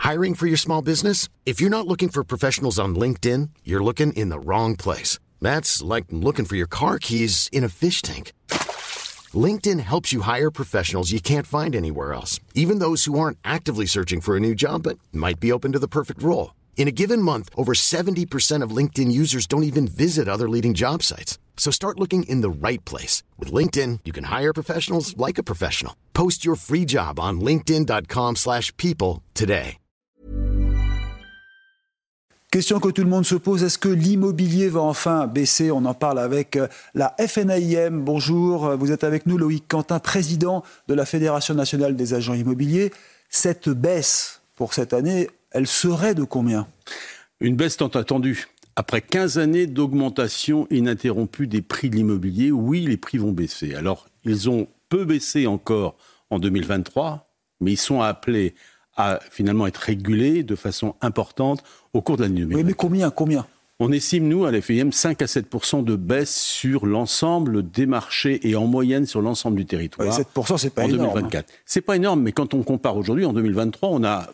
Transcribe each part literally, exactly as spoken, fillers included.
Hiring for your small business? If you're not looking for professionals on LinkedIn, you're looking in the wrong place. That's like looking for your car keys in a fish tank. LinkedIn helps you hire professionals you can't find anywhere else, even those who aren't actively searching for a new job but might be open to the perfect role. In a given month, over seventy percent of LinkedIn users don't even visit other leading job sites. So start looking in the right place. With LinkedIn, you can hire professionals like a professional. Post your free job on linkedin.com slash people today. Question que tout le monde se pose, est-ce que l'immobilier va enfin baisser ? On en parle avec la F N A I M. Bonjour, vous êtes avec nous, Loïc Quentin, président de la Fédération nationale des agents immobiliers. Cette baisse pour cette année, elle serait de combien ? Une baisse tant attendue. Après quinze années d'augmentation ininterrompue des prix de l'immobilier, oui, les prix vont baisser. Alors, ils ont peu baissé encore en deux mille vingt-trois, mais ils sont appelés à finalement être régulés de façon importante au cours de l'année deux mille vingt. Oui, mais combien, combien ? On estime, nous, à la F N A I M, cinq à sept pour cent de baisse sur l'ensemble des marchés et en moyenne sur l'ensemble du territoire. Oui, sept pour cent, c'est pas en énorme. deux mille vingt-quatre. C'est pas énorme, mais quand on compare aujourd'hui, en deux mille vingt-trois, on a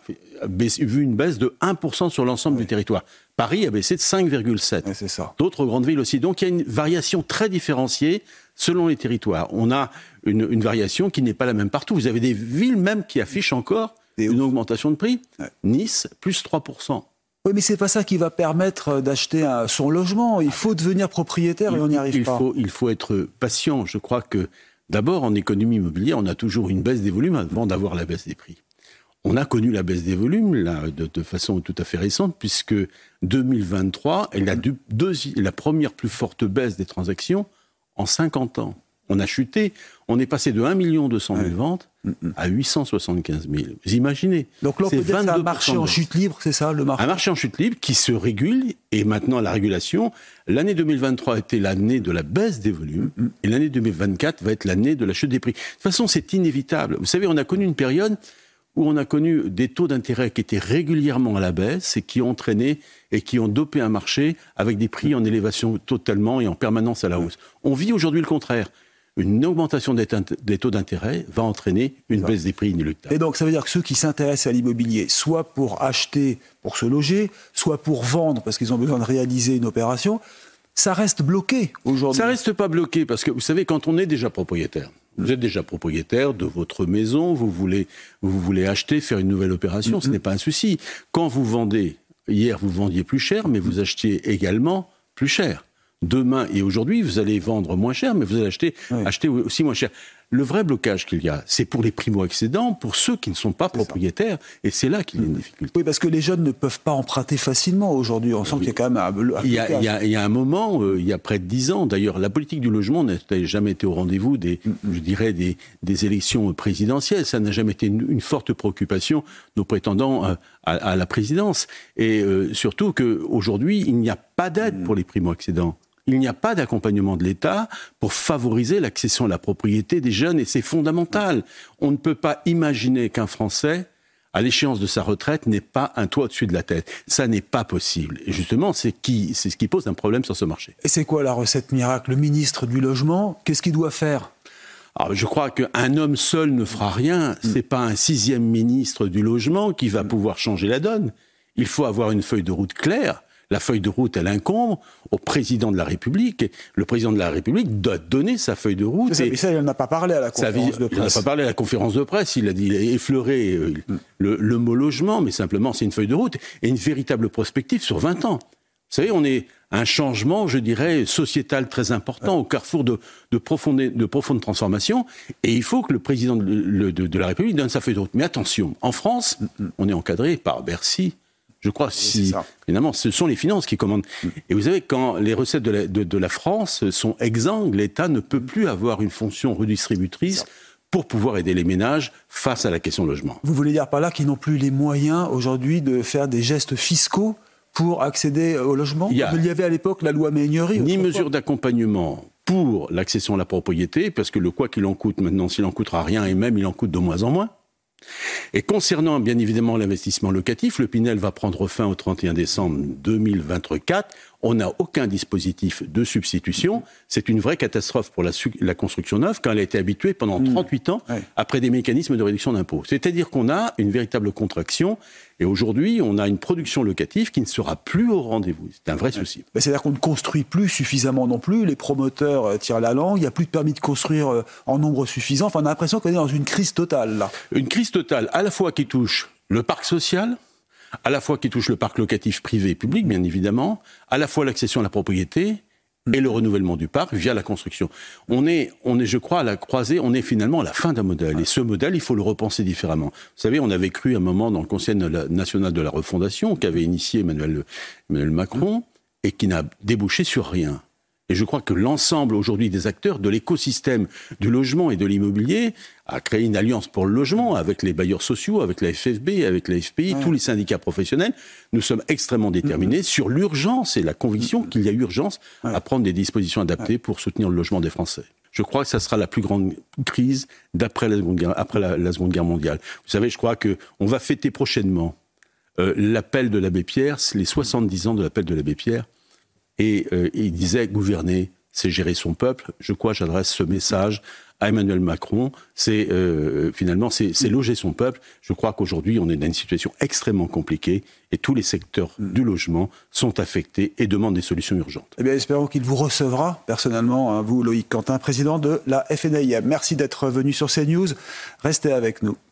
vu une baisse de un pour cent sur l'ensemble oui. du territoire. Paris a baissé de cinq virgule sept. Oui, c'est ça. D'autres grandes villes aussi. Donc il y a une variation très différenciée selon les territoires. On a une, une variation qui n'est pas la même partout. Vous avez des villes même qui affichent encore Et une ouf. augmentation de prix. Ouais. Nice, plus trois pour cent. Oui, mais c'est pas ça qui va permettre d'acheter un, son logement. Il faut devenir propriétaire il, et on n'y arrive il pas. Faut, il faut être patient. Je crois que, d'abord, en économie immobilière, on a toujours une baisse des volumes avant d'avoir la baisse des prix. On a connu la baisse des volumes là, de, de façon tout à fait récente, puisque deux mille vingt-trois est la, deux, la première plus forte baisse des transactions en cinquante ans. On a chuté, on est passé de un million deux cent mille ouais. ventes à huit cent soixante-quinze mille. Vous imaginez ? Donc là, on peut dire que c'est un marché en chute libre, c'est ça le marché ? Un marché en chute libre qui se régule, et maintenant la régulation, l'année deux mille vingt-trois était l'année de la baisse des volumes, mm-hmm. et l'année deux mille vingt-quatre va être l'année de la chute des prix. De toute façon, c'est inévitable. Vous savez, on a connu une période où on a connu des taux d'intérêt qui étaient régulièrement à la baisse et qui ont entraîné et qui ont dopé un marché avec des prix en élévation totalement et en permanence à la hausse. On vit aujourd'hui le contraire. Une augmentation des, t- des taux d'intérêt va entraîner une baisse des prix inéluctable. Et donc, ça veut dire que ceux qui s'intéressent à l'immobilier, soit pour acheter, pour se loger, soit pour vendre, parce qu'ils ont besoin de réaliser une opération, ça reste bloqué aujourd'hui. Ça reste pas bloqué, parce que vous savez, quand on est déjà propriétaire, vous êtes déjà propriétaire de votre maison, vous voulez, vous voulez acheter, faire une nouvelle opération, mm-hmm. ce n'est pas un souci. Quand vous vendez, hier vous vendiez plus cher, mais vous achetiez également plus cher. Demain et aujourd'hui, vous allez vendre moins cher, mais vous allez acheter, oui. acheter aussi moins cher. Le vrai blocage qu'il y a, c'est pour les primo-accédants, pour ceux qui ne sont pas c'est propriétaires, ça. Et c'est là qu'il y a une difficulté. Oui, parce que les jeunes ne peuvent pas emprunter facilement aujourd'hui. On sent oui. qu'il y a quand même un, un il, y a, il, y a, il y a un moment, euh, il y a près de dix ans, d'ailleurs, la politique du logement n'a jamais été au rendez-vous des, mm-hmm. je dirais, des, des élections présidentielles. Ça n'a jamais été une, une forte préoccupation de nos prétendants euh, à, à la présidence. Et euh, surtout qu'aujourd'hui, il n'y a pas d'aide mm-hmm. pour les primo-accédants. Il n'y a pas d'accompagnement de l'État pour favoriser l'accession à la propriété des jeunes, et c'est fondamental. On ne peut pas imaginer qu'un Français, à l'échéance de sa retraite, n'ait pas un toit au-dessus de la tête. Ça n'est pas possible. Et justement, c'est, qui, c'est ce qui pose un problème sur ce marché. Et c'est quoi la recette miracle ? Le ministre du Logement, qu'est-ce qu'il doit faire ? Alors, je crois qu'un homme seul ne fera rien. Ce n'est pas un sixième ministre du Logement qui va pouvoir changer la donne. Il faut avoir une feuille de route claire. La feuille de route, elle incombe au président de la République. Et le président de la République doit donner sa feuille de route. Mais ça, il n'en a pas parlé à la conférence de presse. Il n'en a pas parlé à la conférence de presse. Il a dit, il a effleuré euh, mm. le, le mot logement, mais simplement, c'est une feuille de route et une véritable prospective sur vingt ans. Vous savez, on est à un changement, je dirais, sociétal très important, ouais. au carrefour de, de, profonde, de profonde transformation. Et il faut que le président de, de, de la République donne sa feuille de route. Mais attention, en France, mm. on est encadré par Bercy. Je crois, si, finalement, ce sont les finances qui commandent. Mmh. Et vous savez, quand les recettes de la, de, de la France sont exsangues, l'État ne peut plus avoir une fonction redistributrice pour pouvoir aider les ménages face à la question logement. Vous voulez dire par là qu'ils n'ont plus les moyens aujourd'hui de faire des gestes fiscaux pour accéder au logement ? Il y, a, il y avait à l'époque la loi Méhaignerie. Ni mesure d'accompagnement pour l'accession à la propriété, parce que le quoi qu'il en coûte maintenant, s'il en coûtera rien, et même il en coûte de moins en moins. Et concernant bien évidemment l'investissement locatif, le Pinel va prendre fin au trente et un décembre deux mille vingt-quatre. on n'a aucun dispositif de substitution. C'est une vraie catastrophe pour la, su- la construction neuve quand elle a été habituée pendant mmh. trente-huit ans ouais. après des mécanismes de réduction d'impôts. C'est-à-dire qu'on a une véritable contraction et aujourd'hui, on a une production locative qui ne sera plus au rendez-vous. C'est un vrai ouais. souci. Mais c'est-à-dire qu'on ne construit plus suffisamment non plus. Les promoteurs euh, tirent la langue. Il n'y a plus de permis de construire euh, en nombre suffisant. Enfin, on a l'impression qu'on est dans une crise totale, là. Une crise totale, à la fois qui touche le parc social, à la fois qui touche le parc locatif privé et public, bien évidemment, à la fois l'accession à la propriété et le renouvellement du parc via la construction. On est, on est, je crois, à la croisée, on est finalement à la fin d'un modèle. Et ce modèle, il faut le repenser différemment. Vous savez, on avait cru à un moment dans le Conseil national de la refondation, qu'avait initié Emmanuel, Emmanuel Macron, et qui n'a débouché sur rien. Et je crois que l'ensemble aujourd'hui des acteurs de l'écosystème du logement et de l'immobilier a créé une alliance pour le logement avec les bailleurs sociaux, avec la F F B, avec la F P I, ouais. tous les syndicats professionnels. Nous sommes extrêmement déterminés mmh. sur l'urgence et la conviction mmh. qu'il y a urgence ouais. à prendre des dispositions adaptées ouais. pour soutenir le logement des Français. Je crois que ça sera la plus grande crise d'après la Seconde Guerre, après la, la Seconde Guerre mondiale. Vous savez, je crois qu'on va fêter prochainement euh, l'appel de l'abbé Pierre, les soixante-dix ans de l'appel de l'abbé Pierre. Et euh, il disait, gouverner, c'est gérer son peuple. Je crois, j'adresse ce message à Emmanuel Macron. C'est euh, finalement, c'est, c'est loger son peuple. Je crois qu'aujourd'hui, on est dans une situation extrêmement compliquée et tous les secteurs du logement sont affectés et demandent des solutions urgentes. Eh bien, espérons qu'il vous recevra personnellement, hein, vous, Loïc Quentin, président de la F N A I M. Merci d'être venu sur CNews. Restez avec nous.